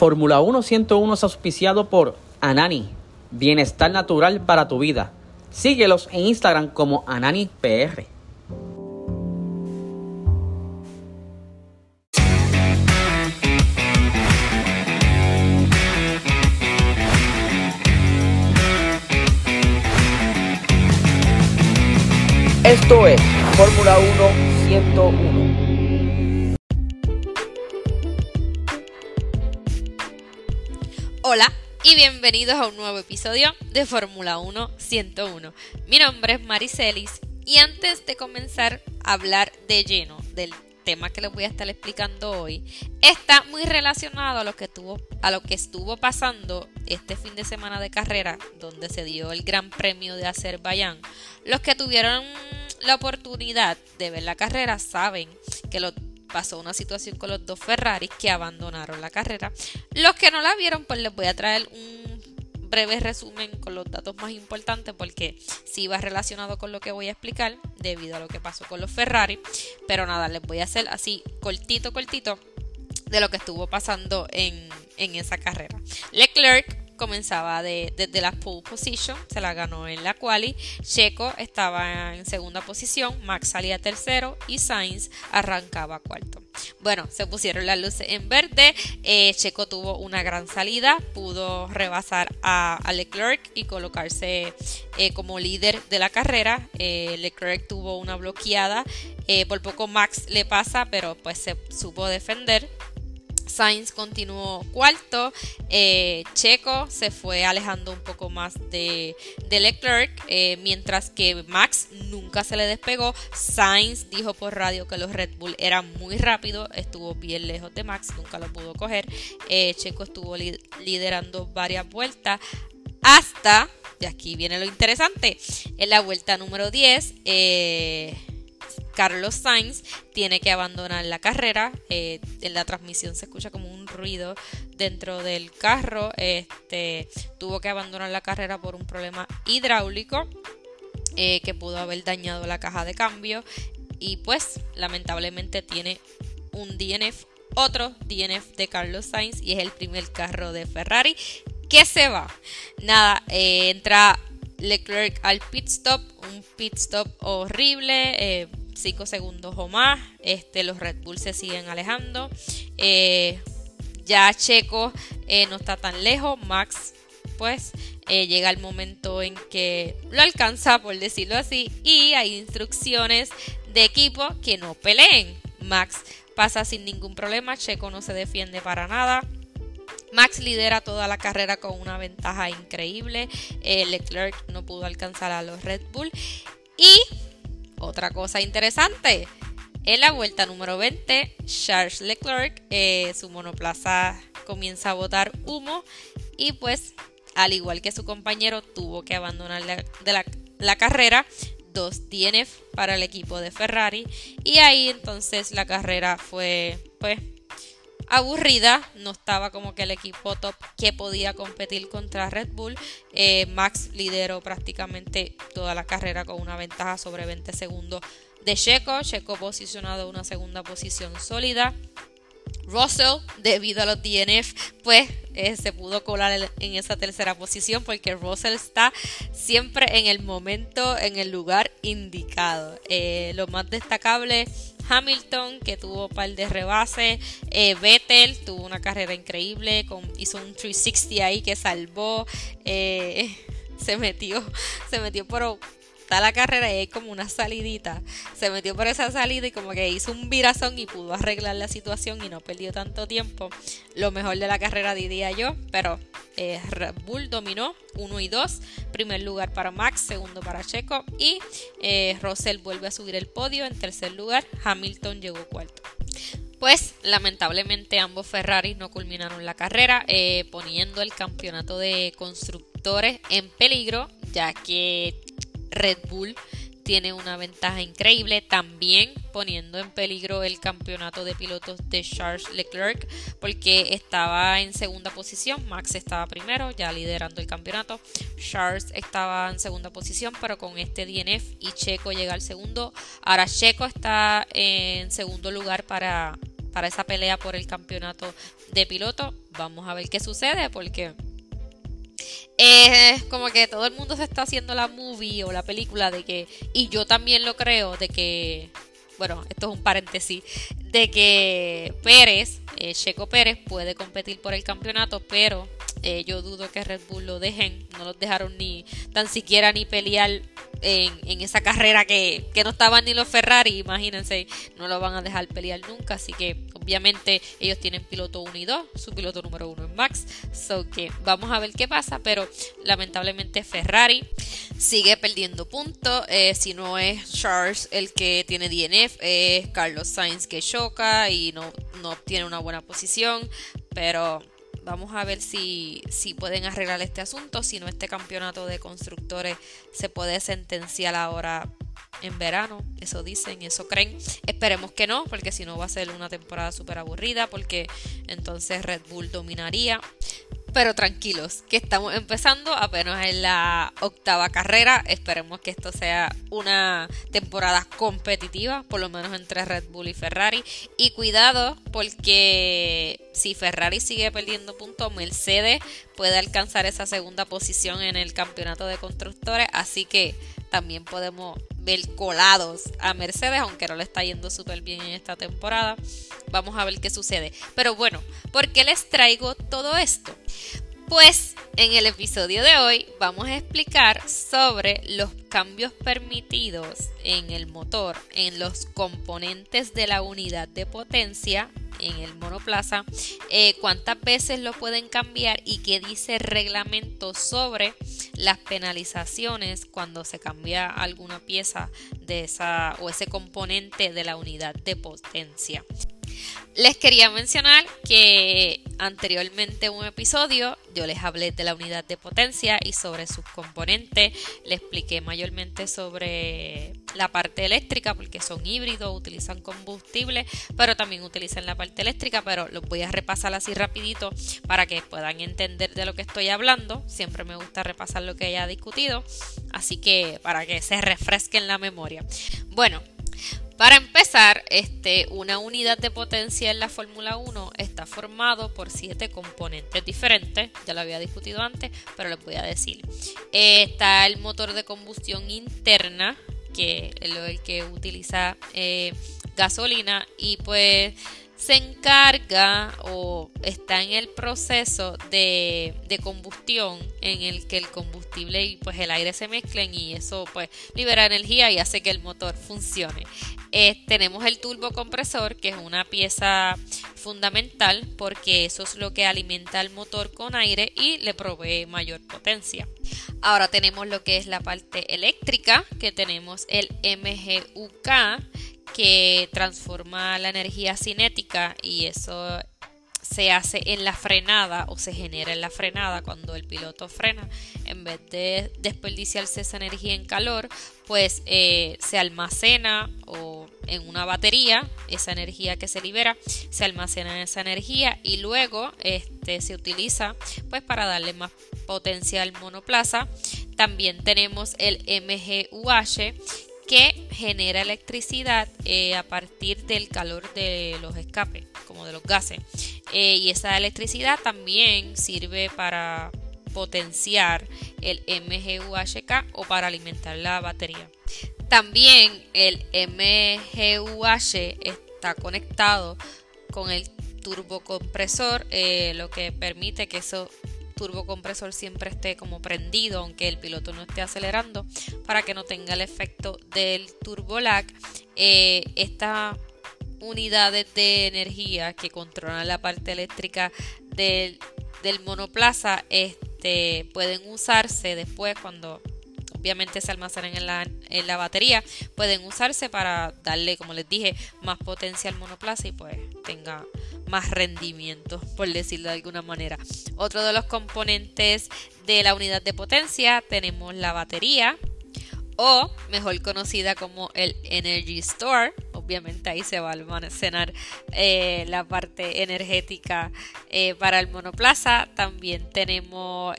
Fórmula 1 101 es auspiciado por Anani, bienestar natural para tu vida. Síguelos en Instagram como AnaniPR. Esto es Fórmula 1 101. Hola y bienvenidos a un nuevo episodio de Fórmula 1 101. Mi nombre es Maricelis y antes de comenzar a hablar de lleno del tema que les voy a estar explicando hoy, está muy relacionado a lo que estuvo pasando este fin de semana de carrera, donde se dio el Gran Premio de Azerbaiyán. Los que tuvieron la oportunidad de ver la carrera saben que pasó una situación con los dos Ferraris que abandonaron la carrera. Los que no la vieron, pues les voy a traer un breve resumen con los datos más importantes, porque sí va relacionado con lo que voy a explicar debido a lo que pasó con los Ferrari. Pero nada, les voy a hacer así cortito de lo que estuvo pasando en esa carrera. Leclerc comenzaba desde la pole position, se la ganó en la quali. Checo estaba en segunda posición, Max salía tercero y Sainz arrancaba cuarto. Bueno, se pusieron las luces en verde. Checo tuvo una gran salida, pudo rebasar a Leclerc y colocarse como líder de la carrera. Leclerc tuvo una bloqueada, por poco Max le pasa, pero pues se supo defender. Sainz continuó cuarto, Checo se fue alejando un poco más de Leclerc, mientras que Max nunca se le despegó. Sainz dijo por radio que los Red Bull eran muy rápidos, estuvo bien lejos de Max, nunca lo pudo coger. Checo estuvo liderando varias vueltas hasta, y aquí viene lo interesante, en la vuelta número 10, Carlos Sainz tiene que abandonar la carrera. En la transmisión se escucha como un ruido dentro del carro. Tuvo que abandonar la carrera por un problema hidráulico que pudo haber dañado la caja de cambio. Y pues lamentablemente tiene un DNF, otro DNF de Carlos Sainz, y es el primer carro de Ferrari que se va. Nada, entra Leclerc al pit stop, un pit stop horrible, 5 segundos o más. Los Red Bull se siguen alejando. Ya Checo no está tan lejos. Max pues llega el momento en que lo alcanza, por decirlo así, y hay instrucciones de equipo que no peleen. Max pasa sin ningún problema, Checo no se defiende para nada. Max lidera toda la carrera con una ventaja increíble. Leclerc no pudo alcanzar a los Red Bull. Y otra cosa interesante, en la vuelta número 20, Charles Leclerc, su monoplaza comienza a botar humo y pues, al igual que su compañero, tuvo que abandonar la carrera. 2 DNF para el equipo de Ferrari, y ahí entonces la carrera fue pues aburrida, no estaba como que el equipo top que podía competir contra Red Bull. Max lideró prácticamente toda la carrera con una ventaja sobre 20 segundos de Checo posicionado en una segunda posición sólida. Russell, debido a los DNF, pues se pudo colar en esa tercera posición, porque Russell está siempre en el momento, en el lugar indicado. Lo más destacable, Hamilton, que tuvo un par de rebases. Vettel tuvo una carrera increíble, hizo un 360 ahí que salvó. Se metió por la carrera y hay como una salidita. Se metió por esa salida y como que hizo un virazón y pudo arreglar la situación y no perdió tanto tiempo. Lo mejor de la carrera, diría yo, pero Red Bull dominó 1 y 2. Primer lugar para Max, segundo para Checo, y Russell vuelve a subir el podio. En tercer lugar, Hamilton llegó cuarto. Pues lamentablemente ambos Ferraris no culminaron la carrera, poniendo el campeonato de constructores en peligro, ya que Red Bull tiene una ventaja increíble, también poniendo en peligro el campeonato de pilotos de Charles Leclerc, porque estaba en segunda posición, Max estaba primero, ya liderando el campeonato. Charles estaba en segunda posición, pero con este DNF, y Checo llega al segundo. Ahora Checo está en segundo lugar para esa pelea por el campeonato de piloto. vamos a ver qué sucede porque como que todo el mundo se está haciendo la movie o la película de que, y yo también lo creo, de que, bueno, esto es un paréntesis, de que Checo Pérez puede competir por el campeonato, pero yo dudo que Red Bull lo dejen. No los dejaron ni tan siquiera ni pelear en esa carrera que no estaban ni los Ferrari. Imagínense, no lo van a dejar pelear nunca. Así que obviamente ellos tienen piloto 1 y 2. Su piloto número 1 es Max. So que vamos a ver qué pasa. Pero lamentablemente Ferrari sigue perdiendo puntos. Si no es Charles el que tiene DNF, es Carlos Sainz que choca y no obtiene una buena posición. Pero vamos a ver si pueden arreglar este asunto. Si no, este campeonato de constructores se puede sentenciar ahora en verano. Eso dicen, eso creen. Esperemos que no, porque si no va a ser una temporada súper aburrida, porque entonces Red Bull dominaría. Pero tranquilos, que estamos empezando apenas en la 8ª carrera. Esperemos que esto sea una temporada competitiva, por lo menos entre Red Bull y Ferrari. Y cuidado, porque si Ferrari sigue perdiendo puntos, Mercedes puede alcanzar esa segunda posición en el campeonato de constructores. Así que también podemos ver colados a Mercedes, aunque no le está yendo súper bien en esta temporada. Vamos a ver qué sucede. Pero bueno, ¿por qué les traigo todo esto? Pues en el episodio de hoy vamos a explicar sobre los cambios permitidos en el motor, en los componentes de la unidad de potencia en el monoplaza, cuántas veces lo pueden cambiar y qué dice el reglamento sobre las penalizaciones cuando se cambia alguna pieza de esa o ese componente de la unidad de potencia. Les quería mencionar que anteriormente en un episodio yo les hablé de la unidad de potencia y sobre sus componentes. Les expliqué mayormente sobre la parte eléctrica porque son híbridos, utilizan combustible, pero también utilizan la parte eléctrica, pero los voy a repasar así rapidito para que puedan entender de lo que estoy hablando. Siempre me gusta repasar lo que haya discutido, así que para que se refresquen la memoria. Bueno, para empezar, una unidad de potencia en la Fórmula 1 está formado por 7 componentes diferentes. Ya lo había discutido antes, pero les voy a decir. Está el motor de combustión interna, que es el que utiliza gasolina y pues se encarga o está en el proceso de combustión en el que el combustible y pues el aire se mezclen y eso pues libera energía y hace que el motor funcione. Tenemos el turbocompresor, que es una pieza fundamental porque eso es lo que alimenta el motor con aire y le provee mayor potencia. Ahora tenemos lo que es la parte eléctrica, que tenemos el MGUK, que transforma la energía cinética y eso se hace en la frenada o se genera en la frenada cuando el piloto frena. En vez de desperdiciarse esa energía en calor, pues se almacena o en una batería. Esa energía que se libera se almacena en esa energía y luego se utiliza pues para darle más potencia al monoplaza. También tenemos el MGUH, que genera electricidad a partir del calor de los escapes, como de los gases. Y esa electricidad también sirve para potenciar el MGUHK o para alimentar la batería. También el MGUH está conectado con el turbocompresor, lo que permite que eso turbocompresor siempre esté como prendido aunque el piloto no esté acelerando para que no tenga el efecto del turbo lag. Estas unidades de energía que controlan la parte eléctrica del monoplaza pueden usarse después cuando obviamente se almacenan en la batería, pueden usarse para darle, como les dije, más potencia al monoplaza y pues tenga más rendimiento, por decirlo de alguna manera. Otro de los componentes de la unidad de potencia tenemos la batería, o mejor conocida como el Energy Store. Obviamente ahí se va a almacenar la parte energética para el monoplaza. También tenemos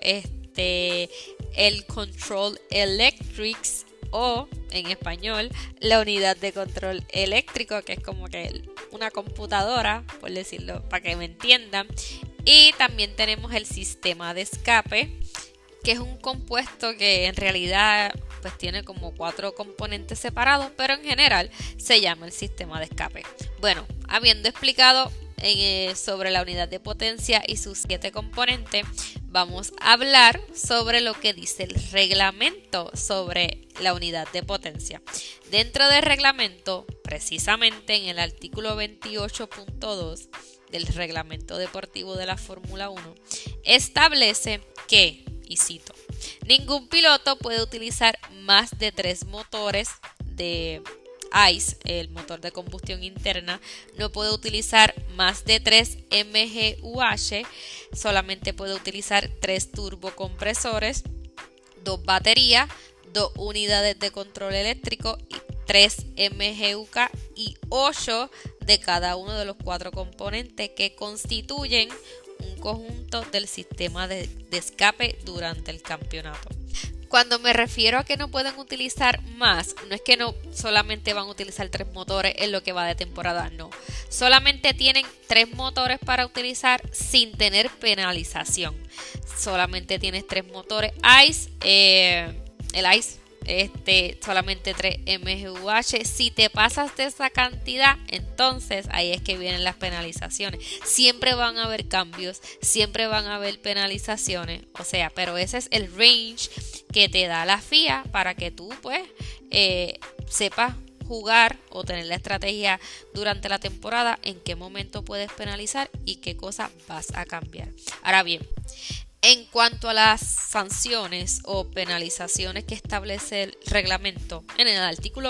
el Control Electrics, o en español la unidad de control eléctrico, que es como que una computadora, por decirlo, para que me entiendan. Y también tenemos el sistema de escape, que es un compuesto que en realidad pues tiene como 4 componentes separados, pero en general se llama el sistema de escape. Bueno, habiendo explicado sobre la unidad de potencia y sus 7 componentes, vamos a hablar sobre lo que dice el reglamento sobre la unidad de potencia. Dentro del reglamento, precisamente en el artículo 28.2 del reglamento deportivo de la Fórmula 1, establece que, y cito, ningún piloto puede utilizar más de 3 motores de ICE, el motor de combustión interna, no puede utilizar más de 3 MGUH, solamente puede utilizar 3 turbocompresores, 2 baterías, 2 unidades de control eléctrico, 3 MGUK y 8 de cada uno de los 4 componentes que constituyen un conjunto del sistema de escape durante el campeonato. Cuando me refiero a que no pueden utilizar más, no es que no solamente van a utilizar 3 motores en lo que va de temporada, no. Solamente tienen 3 motores para utilizar sin tener penalización. Solamente tienes 3 motores ICE, el ICE, solamente 3 MGUH. Si te pasas de esa cantidad, entonces ahí es que vienen las penalizaciones. Siempre van a haber cambios, siempre van a haber penalizaciones, o sea, pero ese es el range que te da la FIA para que tú pues sepas jugar o tener la estrategia durante la temporada en qué momento puedes penalizar y qué cosas vas a cambiar. Ahora bien, en cuanto a las sanciones o penalizaciones que establece el reglamento, en el artículo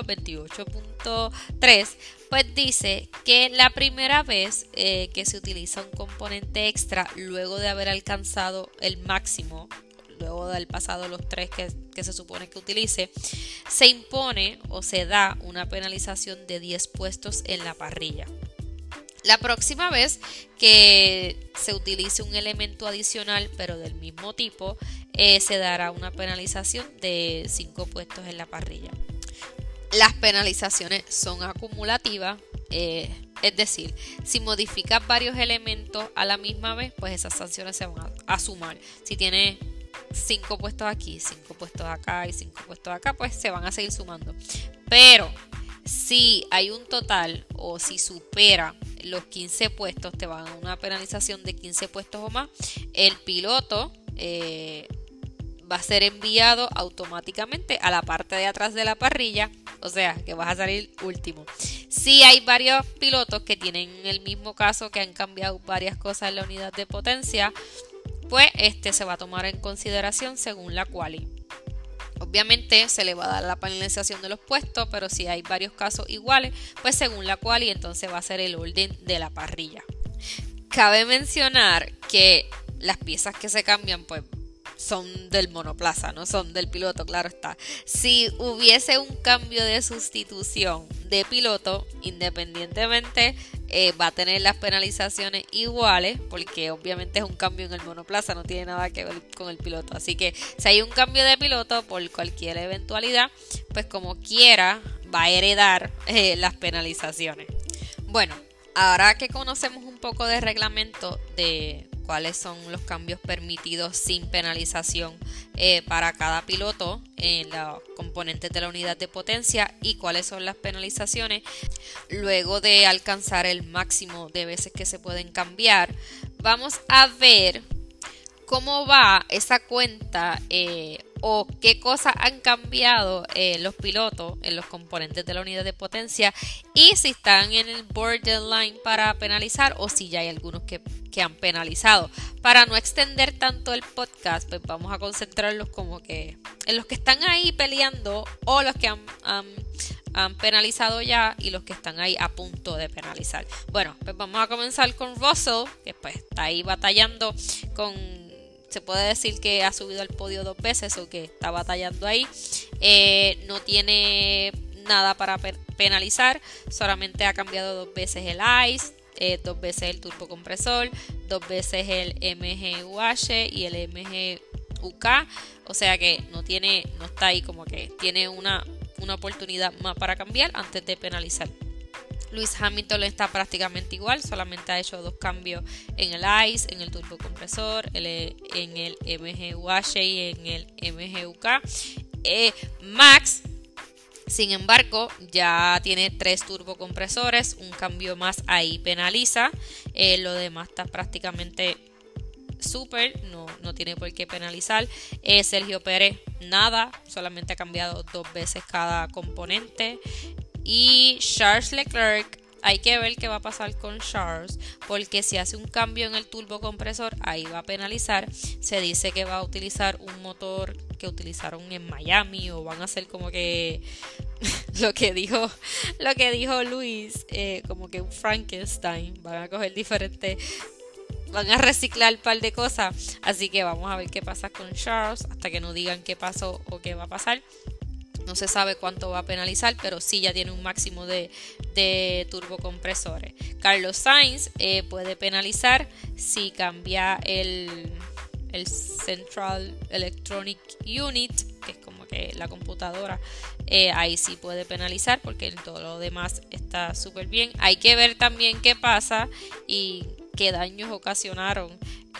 28.3, pues dice que la primera vez que se utiliza un componente extra luego de haber alcanzado el máximo, luego de haber pasado los 3 que se supone que utilice, se impone o se da una penalización de 10 puestos en la parrilla. La próxima vez que se utilice un elemento adicional pero del mismo tipo, se dará una penalización de 5 puestos en la parrilla. Las penalizaciones son acumulativas, es decir, si modificas varios elementos a la misma vez, pues esas sanciones se van a sumar. Si tienes 5 puestos aquí, 5 puestos acá y 5 puestos acá, pues se van a seguir sumando. Pero si hay un total o si supera los 15 puestos, te van a una penalización de 15 puestos o más. El piloto va a ser enviado automáticamente a la parte de atrás de la parrilla, o sea que vas a salir último. Si hay varios pilotos que tienen el mismo caso, que han cambiado varias cosas en la unidad de potencia, pues se va a tomar en consideración según la quali. Obviamente se le va a dar la penalización de los puestos, pero si hay varios casos iguales, pues según la quali entonces va a ser el orden de la parrilla. Cabe mencionar que las piezas que se cambian pues son del monoplaza, no son del piloto, claro está. Si hubiese un cambio de sustitución de piloto, independientemente va a tener las penalizaciones iguales, porque obviamente es un cambio en el monoplaza, no tiene nada que ver con el piloto. Así que si hay un cambio de piloto por cualquier eventualidad, pues como quiera va a heredar las penalizaciones. Bueno, ahora que conocemos un poco de reglamento de cuáles son los cambios permitidos sin penalización para cada piloto en los componentes de la unidad de potencia y cuáles son las penalizaciones luego de alcanzar el máximo de veces que se pueden cambiar, vamos a ver cómo va esa cuenta o qué cosas han cambiado los pilotos en los componentes de la unidad de potencia y si están en el borderline para penalizar o si ya hay algunos que han penalizado. Para no extender tanto el podcast, pues vamos a concentrarlos como que en los que están ahí peleando o los que han penalizado ya y los que están ahí a punto de penalizar. Bueno, pues vamos a comenzar con Russell, que pues está ahí batallando con... Se puede decir que ha subido al podio 2 veces o que está batallando ahí. No tiene nada para penalizar. Solamente ha cambiado 2 veces el ICE, 2 veces el turbocompresor, 2 veces el MGUH y el MGUK. O sea que no está ahí como que tiene una oportunidad más para cambiar antes de penalizar. Lewis Hamilton está prácticamente igual, solamente ha hecho 2 cambios en el ICE, en el turbocompresor, en el MGUH y en el MGUK. Max, sin embargo, ya tiene 3 turbocompresores, un cambio más ahí penaliza, lo demás está prácticamente súper, no tiene por qué penalizar. Sergio Pérez nada, solamente ha cambiado 2 veces cada componente. Y Charles Leclerc, hay que ver qué va a pasar con Charles, porque si hace un cambio en el turbocompresor, ahí va a penalizar. Se dice que va a utilizar un motor que utilizaron en Miami, o van a hacer como que lo que dijo Luis, como que un Frankenstein. Van a coger van a reciclar un par de cosas. Así que vamos a ver qué pasa con Charles hasta que nos digan qué pasó o qué va a pasar. No se sabe cuánto va a penalizar, pero sí ya tiene un máximo de turbocompresores. Carlos Sainz puede penalizar si cambia el Central Electronic Unit, que es como que la computadora. Ahí sí puede penalizar, porque en todo lo demás está súper bien. Hay que ver también qué pasa y qué daños ocasionaron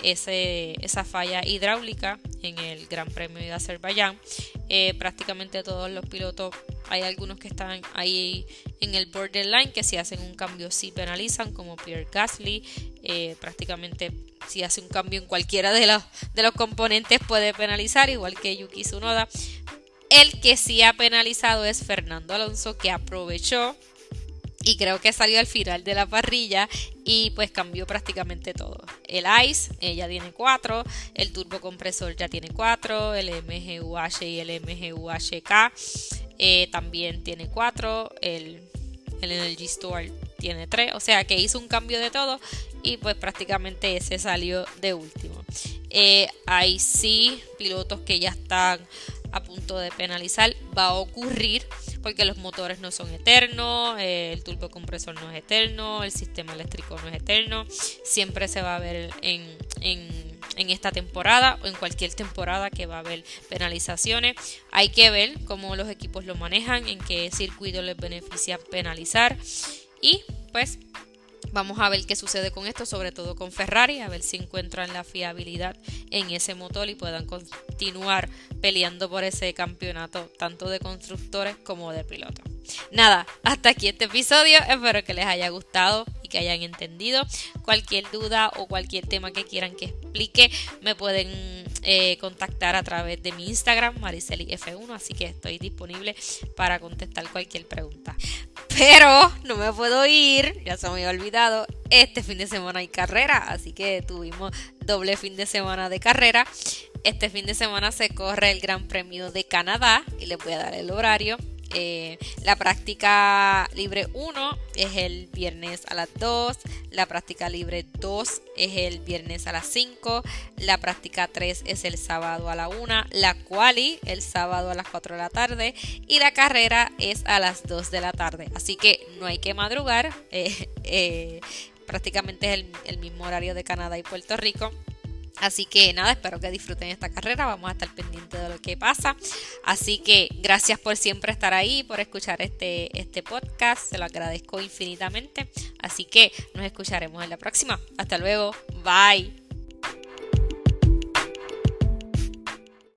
esa falla hidráulica en el Gran Premio de Azerbaiyán. Prácticamente todos los pilotos, hay algunos que están ahí en el borderline, que si hacen un cambio sí penalizan, como Pierre Gasly. Prácticamente si hace un cambio en cualquiera de los componentes puede penalizar, igual que Yuki Tsunoda. El que sí ha penalizado es Fernando Alonso, que aprovechó y creo que salió al final de la parrilla y pues cambió prácticamente todo. El ICE ya tiene 4, el turbocompresor ya tiene 4, el MGUH y el MGUHK también tiene 4, el Energy Store tiene 3, o sea que hizo un cambio de todo y pues prácticamente ese salió de último. Hay sí pilotos que ya están a punto de penalizar, va a ocurrir porque los motores no son eternos, el turbocompresor no es eterno, el sistema eléctrico no es eterno, siempre se va a ver en esta temporada o en cualquier temporada que va a haber penalizaciones. Hay que ver cómo los equipos lo manejan, en qué circuito les beneficia penalizar y pues vamos a ver qué sucede con esto, sobre todo con Ferrari, a ver si encuentran la fiabilidad en ese motor y puedan continuar peleando por ese campeonato, tanto de constructores como de pilotos. Nada, hasta aquí este episodio, espero que les haya gustado y que hayan entendido. Cualquier duda o cualquier tema que quieran que explique, me pueden contactar a través de mi Instagram, MariceliF1, así que estoy disponible para contestar cualquier pregunta. Pero no me puedo ir, ya se me había olvidado, este fin de semana hay carrera, así que tuvimos doble fin de semana de carrera. Este fin de semana se corre el Gran Premio de Canadá y les voy a dar el horario. La práctica libre 1 es el viernes a las 2, la práctica libre 2 es el viernes a las 5, la práctica 3 es el sábado a la 1, la quali el sábado a las 4 de la tarde y la carrera es a las 2 de la tarde, así que no hay que madrugar, prácticamente es el mismo horario de Canadá y Puerto Rico. Así que nada, espero que disfruten esta carrera, vamos a estar pendientes de lo que pasa. Así que gracias por siempre estar ahí, por escuchar este podcast, se lo agradezco infinitamente. Así que nos escucharemos en la próxima. Hasta luego, bye.